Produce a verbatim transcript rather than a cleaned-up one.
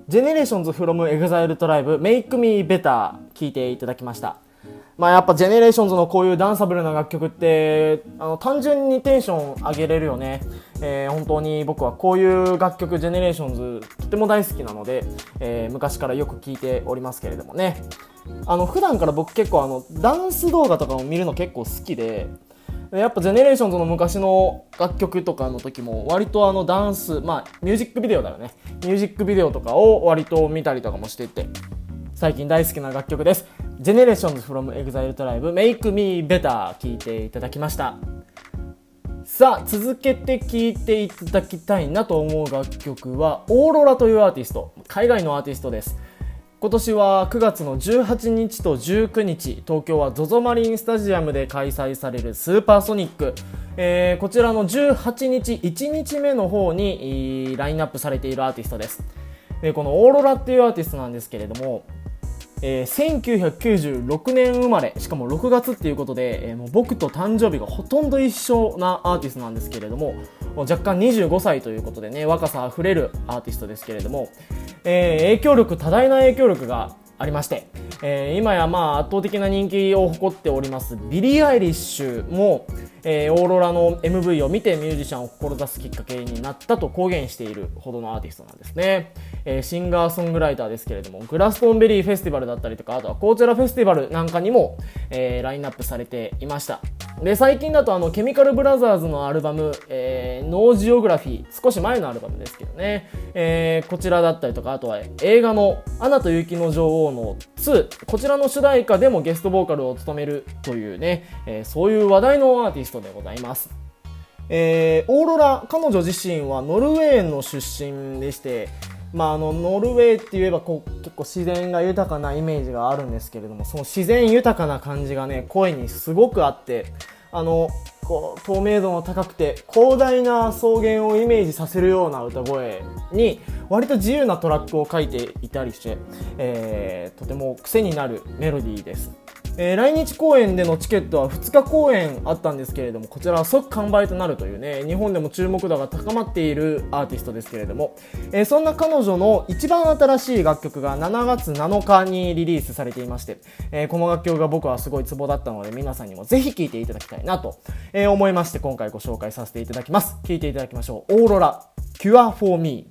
ジェネレーションズ from EXILE TRIBE Make Me Better 聴いていただきました。まあやっぱジェネレーションズのこういうダンサブルな楽曲ってあの単純にテンション上げれるよね。えー、本当に僕はこういう楽曲ジェネレーションズとても大好きなので、えー、昔からよく聴いておりますけれどもね。あの普段から僕結構あのダンス動画とかを見るの結構好きで、やっぱジェネレーションズの昔の楽曲とかの時も割とあのダンス、まあミュージックビデオだよね。ミュージックビデオとかを割と見たりとかもしてて、最近大好きな楽曲です。ジェネレーションズ from EXILE TRIBE Make Me Better 聴いていただきました。さあ続けて聴いていただきたいなと思う楽曲はオーロラというアーティスト、海外のアーティストです。今年はくがつのじゅうはちにちとじゅうくにち、東京は ゾゾ マリンスタジアムで開催されるスーパーソニック、えー、こちらのじゅうはちにちいちにちめの方にラインナップされているアーティストです。でこのオーロラっていうアーティストなんですけれども、えー、せんきゅうひゃくきゅうじゅうろくねん生まれ、しかもろくがつっていうことで、えー、もう僕と誕生日がほとんど一緒なアーティストなんですけれども、若干にじゅうごさいということでね、若さあふれるアーティストですけれども、えー、影響力多大な影響力がありまして、えー、今やまあ圧倒的な人気を誇っておりますビリー・アイリッシュも、えー、オーロラの エムブイ を見てミュージシャンを志すきっかけになったと公言しているほどのアーティストなんですね。えー、シンガーソングライターですけれども、グラストンベリーフェスティバルだったりとか、あとはコーチェラフェスティバルなんかにも、えー、ラインナップされていました。で最近だとあのケミカルブラザーズのアルバム、えー、ノージオグラフィー、少し前のアルバムですけどね、えー、こちらだったりとか、あとは映画のアナと雪の女王のツー、こちらの主題歌でもゲストボーカルを務めるというね、えー、そういう話題のアーティストでございます。えー、オーロラ、彼女自身はノルウェーの出身でして、まあ、あのノルウェーって言えばこう結構自然が豊かなイメージがあるんですけれども、その自然豊かな感じがね声にすごくあって、あのこう透明度の高くて広大な草原をイメージさせるような歌声に割と自由なトラックを書いていたりして、えー、とても癖になるメロディーです。えー、来日公演でのチケットはふつか公演あったんですけれども、こちらは即完売となるというね、日本でも注目度が高まっているアーティストですけれども、えー、そんな彼女の一番新しい楽曲がしちがつなのかにリリースされていまして、えー、この楽曲が僕はすごいツボだったので、皆さんにもぜひ聴いていただきたいなと思いまして、今回ご紹介させていただきます。聴いていただきましょう。オーロラ Cure for Me。